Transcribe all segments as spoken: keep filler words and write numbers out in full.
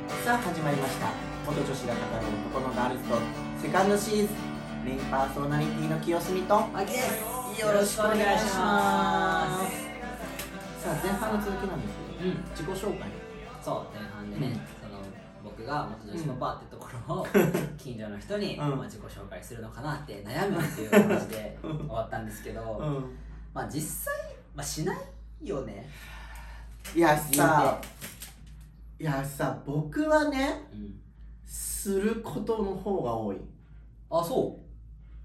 さあ始まりました。元女子が語る男のガールズとセカンドシーズン、メインパーソナリティの清澄とマキです。 よろしくお願いします。さあ前半の続きなんですけど、うん、自己紹介。 そう前半でね、うん、その僕が元女子パパってところを、うん、近所の人に、うん、まあ、自己紹介するのかなって悩むっていう感じで終わったんですけど、うん、まあ実際、まあ、しないよね。 いやさいやさ僕はね、うん、することの方が多い。 あ、そう。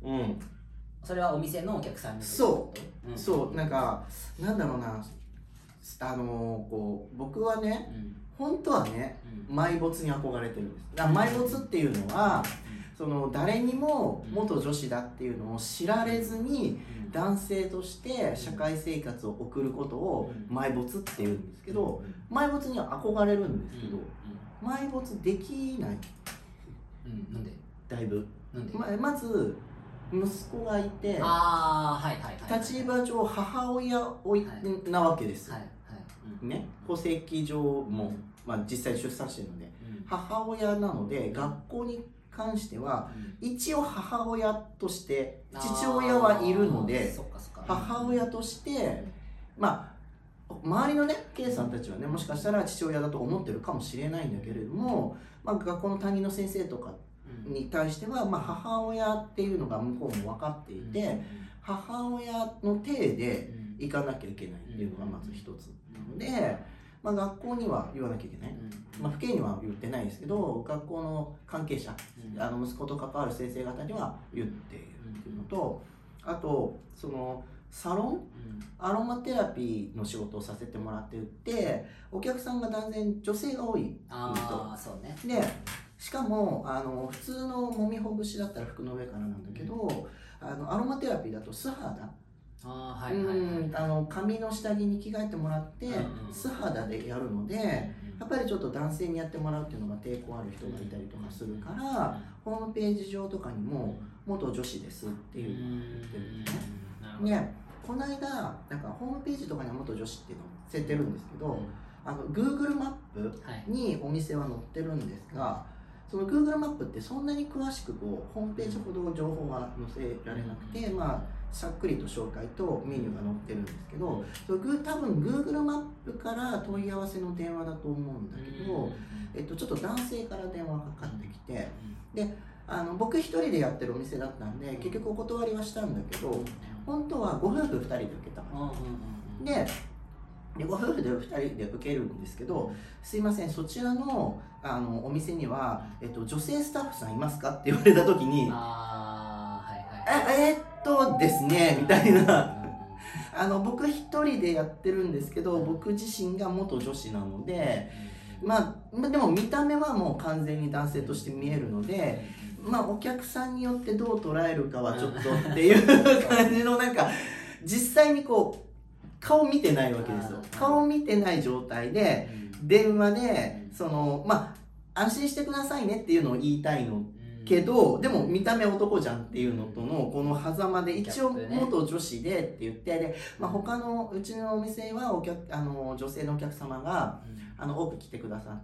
うん。 それはお店のお客さんに。 そう、うん、そう、なんかなんだろうな、あのー、こう僕はね、うん、本当はね、うん、埋没に憧れてるんです。だから埋没っていうのは、うん、その誰にも元女子だっていうのを知られずに、うん、男性として社会生活を送ることを埋没っていうんですけど、うん、埋没には憧れるんですけど、うん、埋没できない。 うん、なんで？ だいぶ。 なんで？ ま, まず息子がいて、 あ、はいはいはいはい、 立場上母親なわけですよ、はいはいはい、ね、戸籍上も、うん、まあ、実際出産してるので、うん、母親なので、うん、学校に関しては、うん、一応母親として父親はいるので、母親として、まあ周りのね K さんたちはね、もしかしたら父親だと思ってるかもしれないんだけれども、まあ、学校の担任の先生とかに対しては、まあ、母親っていうのが向こうも分かっていて、うん、母親の体で行かなきゃいけないっていうのがまず一つなので、まあ、学校には言わなきゃいけない、まあ、父兄には言ってないですけど、学校の関係者、あの息子と関わる先生方には言っているっていうのと、あとそのサロン、アロマテラピーの仕事をさせてもらっていて、お客さんが断然女性が多い。 あ、そうね。 でしかもあの普通の揉みほぐしだったら服の上からなんだけど、うん、あのアロマテラピーだと素肌、あ、はいはいはい、うん、あの髪の下着に着替えてもらって、うんうん、素肌でやるので、うんうん、やっぱりちょっと男性にやってもらうっていうのが抵抗ある人がいたりとかするから、うん、ホームページ上とかにも元女子ですっていうのを言ってるんですね、うん、でこの間なんかホームページとかには元女子っていうのを載せてるんですけど、うん、あの Google マップにお店は載ってるんですが、はい、その Google マップってそんなに詳しくこうホームページほど情報は載せられなくて、まあさっくりと紹介とメニューが載ってるんですけど、その多分 Google マップから問い合わせの電話だと思うんだけど、えっと、ちょっと男性から電話がかかってきて、であの僕一人でやってるお店だったんで結局お断りはしたんだけど、本当はご夫婦ふたりで受けたから、ででご夫婦でふたりで受けるんですけど、すいませんそちら の, あのお店には、えっと、女性スタッフさんいますかって言われた時に、あ、はいはい、ええー、っとですねみたいなあの僕一人でやってるんですけど、僕自身が元女子なので、まあでも見た目はもう完全に男性として見えるので、まあお客さんによってどう捉えるかはちょっとっていう感じの、なんか実際にこう顔見てないわけですよ。顔見てない状態で電話でそのまあ安心してくださいねっていうのを言いたいのけど、でも見た目男じゃんっていうのとのこの狭間で、一応元女子でって言って、で、まあ、他のうちのお店はお客あの女性のお客様があの多く来てくださって、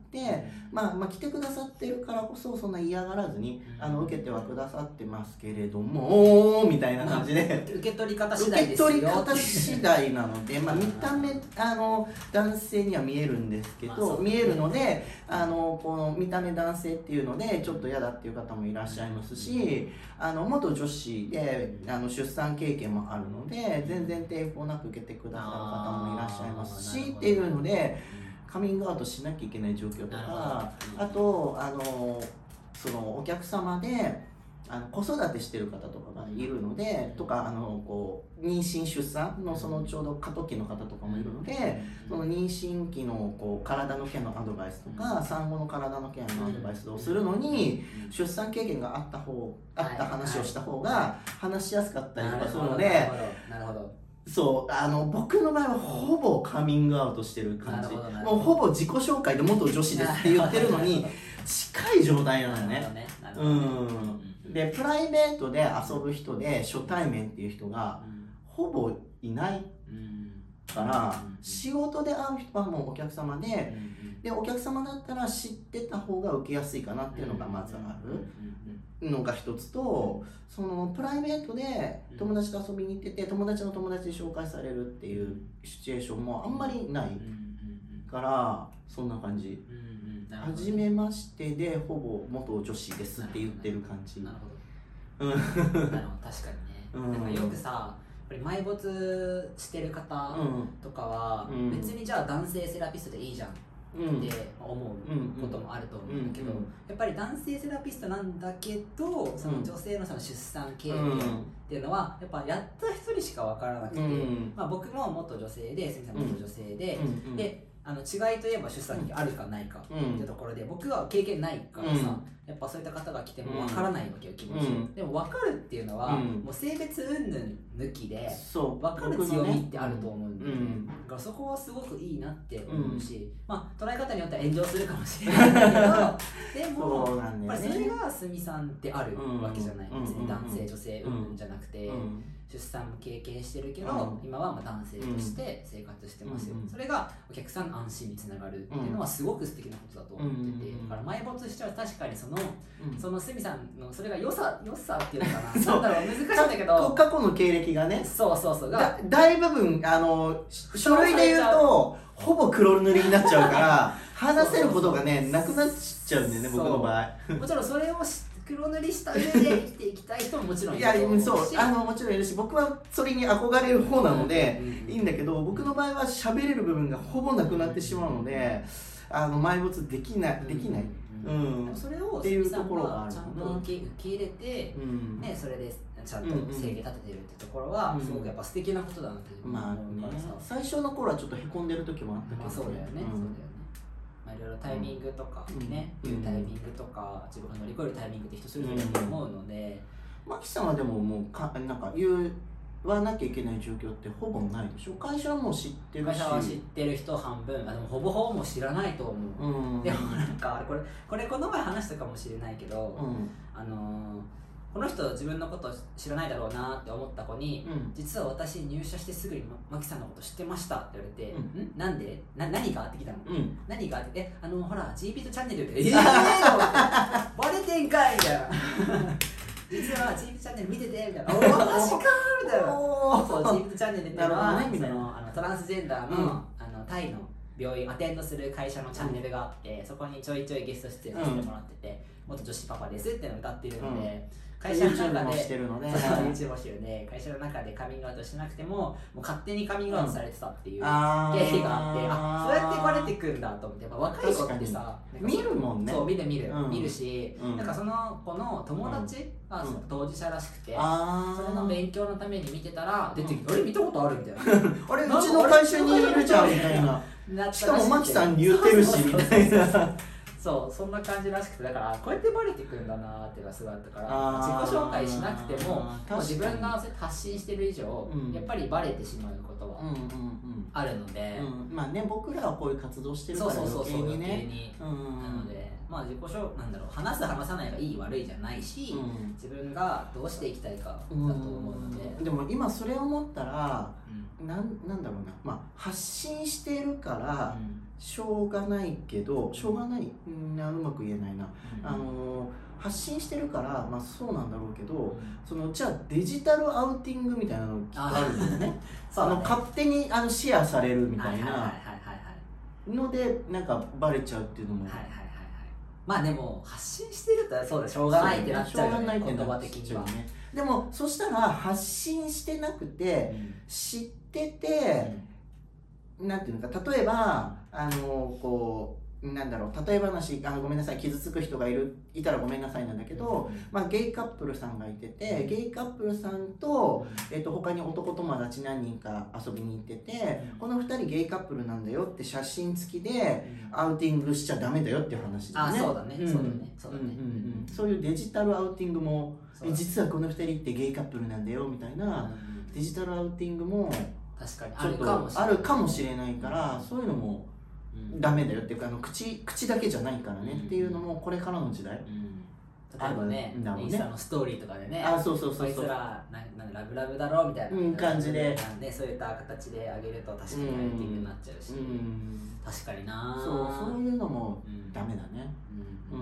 まあ、まあ来てくださってるからこそそんな嫌がらずにあの受けてはくださってますけれども、おーみたいな感じで受け取り方次第ですよ、 受け取り方次第なので、まあ、見た目あの男性には見えるんですけど、見えるのであのこの見た目男性っていうのでちょっと嫌だっていう方もいらっしゃいますし、あの元女子であの出産経験もあるので全然抵抗なく受けてくださる方もいらっしゃいますしっていうので、カミングアウトしなきゃいけない状況とか、あとあのそのお客様であの子育てしてる方とかがいるので、とかあのこう妊娠出産のそのちょうど過渡期の方とかもいるので、その妊娠期のこう体のケアのアドバイスとか産後の体のケアのアドバイスをするのに出産経験があった方あった話をした方が話しやすかったりとかするので、 なるほど、 そうあの僕の場合はほぼカミングアウトしてる感じ、もうほぼ自己紹介で元女子ですって言ってるのに近い状態なのね。うん、でプライベートで遊ぶ人で初対面っていう人がほぼいない、 から、仕事で会う人はもうお客様で、でお客様だったら知ってた方が受けやすいかなっていうのがまずあるのが一つと、そのプライベートで友達と遊びに行ってて友達の友達に紹介されるっていうシチュエーションもあんまりないから、そんな感じ。初めましてでほぼ元女子ですって言ってる感じ。 なるほど。なるほど、確かにね。なんかよくさ、やっぱり埋没してる方とかは別にじゃあ男性セラピストでいいじゃんって思うこともあると思うんだけど、やっぱり男性セラピストなんだけど、その女性のその出産経験っていうのはやっぱやった人にしか分からなくて、まあ僕も元女性で、すみさんも元女性で、であの違いといえば出産にあるかないかっていうところで、僕は経験ないからさ、やっぱそういった方が来ても分からないわけよ、気持ち、うん、でも分かるっていうのは、うん、もう性別云々抜きで分かる強みってあると思うんだよね、うん、だからそこはすごくいいなって思うし、うん、まあ捉え方によっては炎上するかもしれないけどでもそうなんだよね、それがすみさんってあるわけじゃない、別に男性女性云々じゃなくて、うん出産も経験してるけど、うん、今はまあ男性として生活してますよ、うん、それがお客さんの安心につながるっていうのはすごく素敵なことだと思ってて、うん、だから埋没しちゃう確かにその、うん、そのすみさんのそれが良さ良さっていうのかななんだろう難しいんだけど過去の経歴がねそうそうそうだ大部分あの書類で言うとほぼ黒塗りになっちゃうから話せることがねなくなっちゃうんだよね僕の場合もちろんそれを知って黒塗りした上で生きていきたい人ももちろんいると思うし、いやそうあのもちろんいるし、僕はそれに憧れる方なのでいいんだけど、僕の場合は喋れる部分がほぼなくなってしまうので、あの埋没できないできない、 うんうん、それをっていうところがちゃんと受け受け入れて、うんね、それでちゃんと制限立ててるってところはすごくやっぱ素敵なことだなって思うからさ、 まあね、最初の頃はちょっとへこんでる時もあったけど、 まあ、そうだよね、うん、そうだよね。まあ、いろいろタイミングとかね、うん、いうタイミングとか自分が乗り越えるタイミングって人それぞれだと思うので、 マキさんはでももうかなんか言わなきゃいけない状況ってほぼないでしょ。会社はもう知ってるし、 会社は知ってる人半分、あでもほぼほぼも知らないと思う、うん、でもなんかこれこれこの前話したかもしれないけど、うん、あのーこの人自分のこと知らないだろうなって思った子に、うん、実は私入社してすぐにマキさんのこと知ってましたって言われて、うん、んなんでな何がって聞いたの、うん、何がってえあのほら ジーピー とチャンネルってえー、バレてんかいみたいな実は ジーピー チャンネル見ててみたいなおおマジかみたいなそう ジーピー チャンネルっていうのは、ね、そのあのトランスジェンダーの、うん、あのタイの病院アテンドする会社のチャンネルがあって、うん、そこにちょいちょいゲスト出演してもらってて、うん、元女子パパですっていうのを歌っているので、うん、会社の中で YouTube もしてるのね、 YouTube もしてるね、会社の中でカミングアウトしてなくても、もう勝手にカミングアウトされてたっていう経緯があって、うん、あ, あそうやってバレてくるんだと思って、やっぱ若い子ってさ見るもんね、 そう見る見る、うん、見るし、うん、なんかその子の友達が当事者らしくて、うん、それの勉強のために見てたら出てきて、うん、あれ見たことあるみたいなあれうちの会社にいるじゃんみたいなしかもマキさん言ってるしみたいなそうそんな感じらしくて、だからこうやってバレてくるんだなっていうのがすごいあったから、自己紹介しなくても、もう自分が発信してる以上、うん、やっぱりバレてしまうことはあるので、 うんうんうん、まあね僕らはこういう活動してるから余計にね、 なのでまあ自己紹なんだろう話す話さないがいい悪いじゃないし、うん、自分がどうしていきたいかだと思うので、 うん、でも今それを思ったら、うん、なんなんだろうな、まあ発信してるから、うんしょうがないけどしょうがない、うん、うまく言えないな、うん、あの発信してるからまあそうなんだろうけど、うん、そのじゃあデジタルアウティングみたいなのがあるんだよねあの勝手にあのシェアされるみたいなのでなんかバレちゃうっていうのも、はいはいはいはい、 まあでも発信してるとそうだしょうがないってなっちゃうよね、言葉的にはね。 でもそしたら発信してなくて、うん、知ってて、うんなんていうのか例えばあのこうなんだろう例え話あのごめんなさい傷つく人がいるいたらごめんなさいなんだけど、うんまあ、ゲイカップルさんがいてて、うん、ゲイカップルさんと、うんえっと、他に男友達何人か遊びに行ってて、うん、このふたりゲイカップルなんだよって写真付きで、うん、アウティングしちゃダメだよっていう話だよね。 あそうだね、うん、そうだねそうだね、うんうんうん、そういうデジタルアウティングも実はこのふたりってゲイカップルなんだよみたいな、うん、デジタルアウティングも確かにあるかもしれない、あるかもしれないから、そういうのもダメだよっていうかあの 口, 口だけじゃないからね、うん、っていうのもこれからの時代、 うん、 例えばね、ねインスタのストーリーとかでね、 あ、そうそうそうそう、 こいつらななんラブラブだろみたいな、 うん、感じで、 なんでそういった形であげると確かにアイティブになっちゃうし、うん、確かにな、 そうそういうのもダメだね。うん、うん、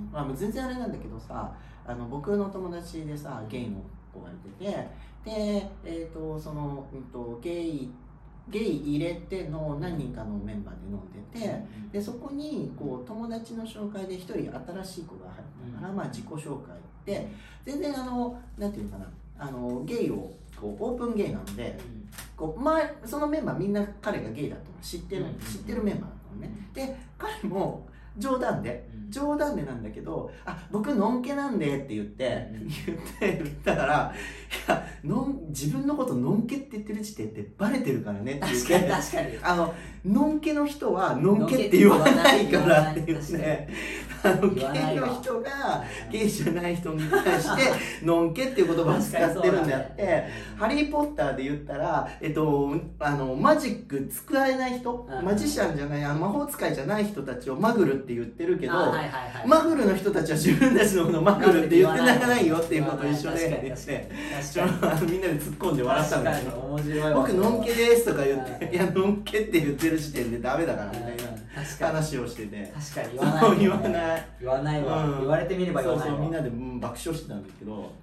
まあ全然あれなんだけどさ、あの僕の友達でさゲイの子がいてて、で、えーとその、うん、とゲイゲイ入れての何人かのメンバーで飲んでて、うん、でそこにこう友達の紹介で一人新しい子が入ったから、うん、まあ自己紹介で全然あのなんていうかな、あのゲイをこうオープンゲイなので、うん、こう前そのメンバーみんな彼がゲイだっての知ってる、うん、知ってるメンバーなのね。で彼も冗談で、うん、冗談でなんだけど、あ、僕のんけなんでって言って、うん、言って言ったから、いや、のん自分のことのんけって言ってる時点でバレてるからねって言って、 確かに確かに、 あののんけの人はのんけって言わないからって言って、あのゲイの人がゲイじゃない人に対してのんけっていう言葉を使ってるんであって、ね、ハリーポッターで言ったら、えっとあのマジック使えない人、マジシャンじゃない、あの魔法使いじゃない人たちをマグルって言ってるけど、はいはいはい、マグルの人たちは自分たちのことをマグルって言ってないよっていうことと一緒で、みんなで突っ込んで笑ったんだけど、僕のんけですとか言って、いやのんけって言ってる時点でダメだからみたいな話をしてて、 確かに言わない、ね、 言わない言わないわ、うん、言われてみれば言わないわ、 そうそう、みんなで、うん、爆笑してたんだけど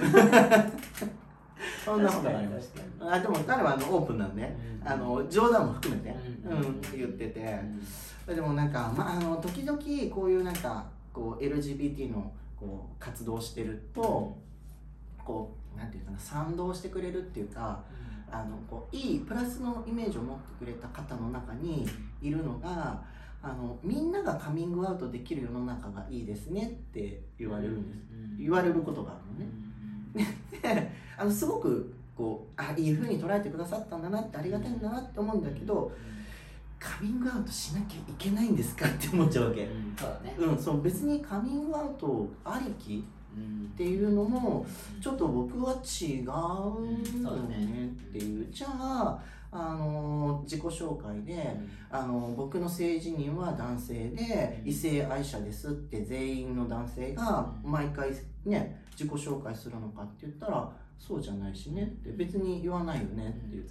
そんなことがありました。あ、でも彼はあのオープンなんで、うん、あの冗談も含めて、うんうん、言ってて、うん、でもなんか、まあ、あの時々こういうなんかこう エルジービーティー のこう活動してると、うん、こうなんていうかな、賛同してくれるっていうか、うん、あのこういいプラスのイメージを持ってくれた方の中にいるのが、あのみんながカミングアウトできる世の中がいいですねって言われるんです、うん、言われることがあるのね、うん、であのすごくこう、あ、いい風に捉えてくださったんだなって、ありがたいんだなって思うんだけど、うん、カミングアウトしなきゃいけないんですかって思っちゃうわけ、うん、そうだね、うん、そう別にカミングアウトありきっていうのもちょっと僕は違うんだよねっていう、じゃああの自己紹介で、うん、あの僕の性自認は男性で、うん、異性愛者ですって全員の男性が毎回ね自己紹介するのかって言ったらそうじゃないしねって別に言わないよねって言って、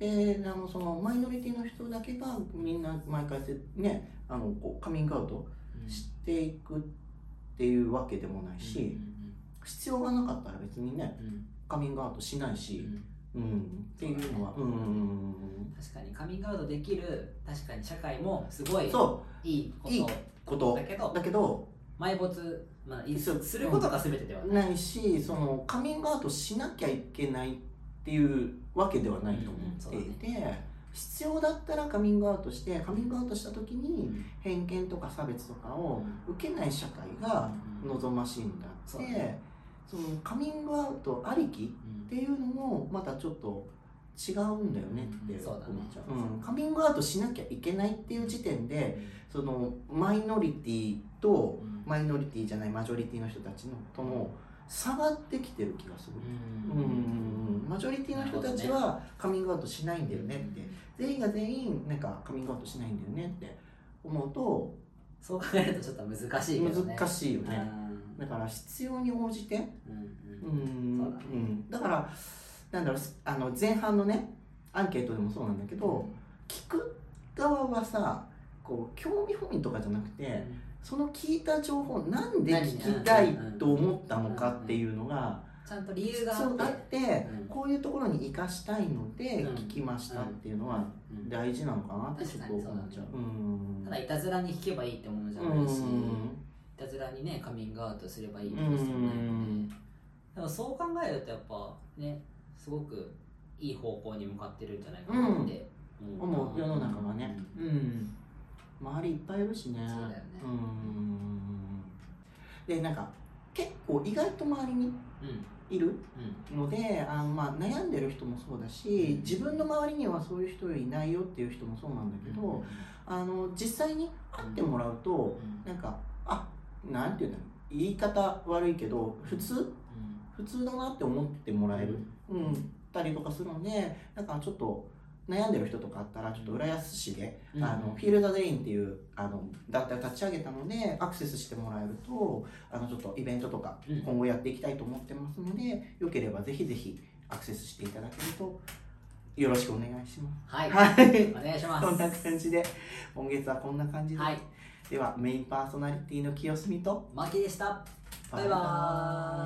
うん、であのそのマイノリティの人だけがみんな毎回ねあのこうカミングアウトしていくっていうわけでもないし、うん、必要がなかったら別にね、うん、カミングアウトしないし、うんうん、っていうのは、うん、 確かにカミングアウトできる確かに社会もすごいいいこといいことだけど、 だけど埋没、まあ、することが全てではない、 ないし、そのカミングアウトしなきゃいけないっていうわけではないと思っていて、うんうんね、必要だったらカミングアウトしてカミングアウトした時に偏見とか差別とかを受けない社会が望ましいんだって、うんうん、そのカミングアウトありきっていうのもまたちょっと違うんだよねって思っちゃう、うん、カミングアウトしなきゃいけないっていう時点で、そのマイノリティとマイノリティじゃないマジョリティの人たちのとの差がってきてる気がする、うんうん、マジョリティの人たちはカミングアウトしないんだよねって、全員が全員なんかカミングアウトしないんだよねって思うと、 そう考えるとちょっと難しいけどね、 難しいよね、だから必要に応じて、うんうんうん、だからなんだろう、あの前半のねアンケートでもそうなんだけど、聞く側はさこう興味本位とかじゃなくて、うん、その聞いた情報なんで聞きたいと思ったのかっていうのがちゃんと理由があって、 あって、うん、こういうところに生かしたいので聞きましたっていうのは大事なのかなってちょっと思っちゃう、うん、 ただいたずらに聞けばいいってものじゃないし、うん、いたずらにねカミングアウトすればいいってことじゃないので、うん、でもそう考えるとやっぱねすごくいい方向に向かってるんじゃないかなって思う、うん、世の中がね、うんうん、周りいっぱいいるしね、 そうだよね、 うんでなんか結構意外と周りにいるので、うん、あのまあ悩んでる人もそうだし、自分の周りにはそういう人いないよっていう人もそうなんだけど、うん、あの実際に会ってもらうと、うん、なんかあなんていうの言い方悪いけど普通、うん、普通だなって思ってもらえる、うん、たりとかするので、だからちょっと悩んでる人とかあったらちょっと浦安市で、うん、あのフィールドデインっていうあの団体を立ち上げたのでアクセスしてもらえるとあのちょっとイベントとか今後やっていきたいと思ってますので、うん、よければぜひぜひアクセスしていただけるとよろしくお願いします。 はい、はい、お願いします。 そんな感じで今月はこんな感じで、はい、ではメインパーソナリティの清澄とマキでした。バイバーイ。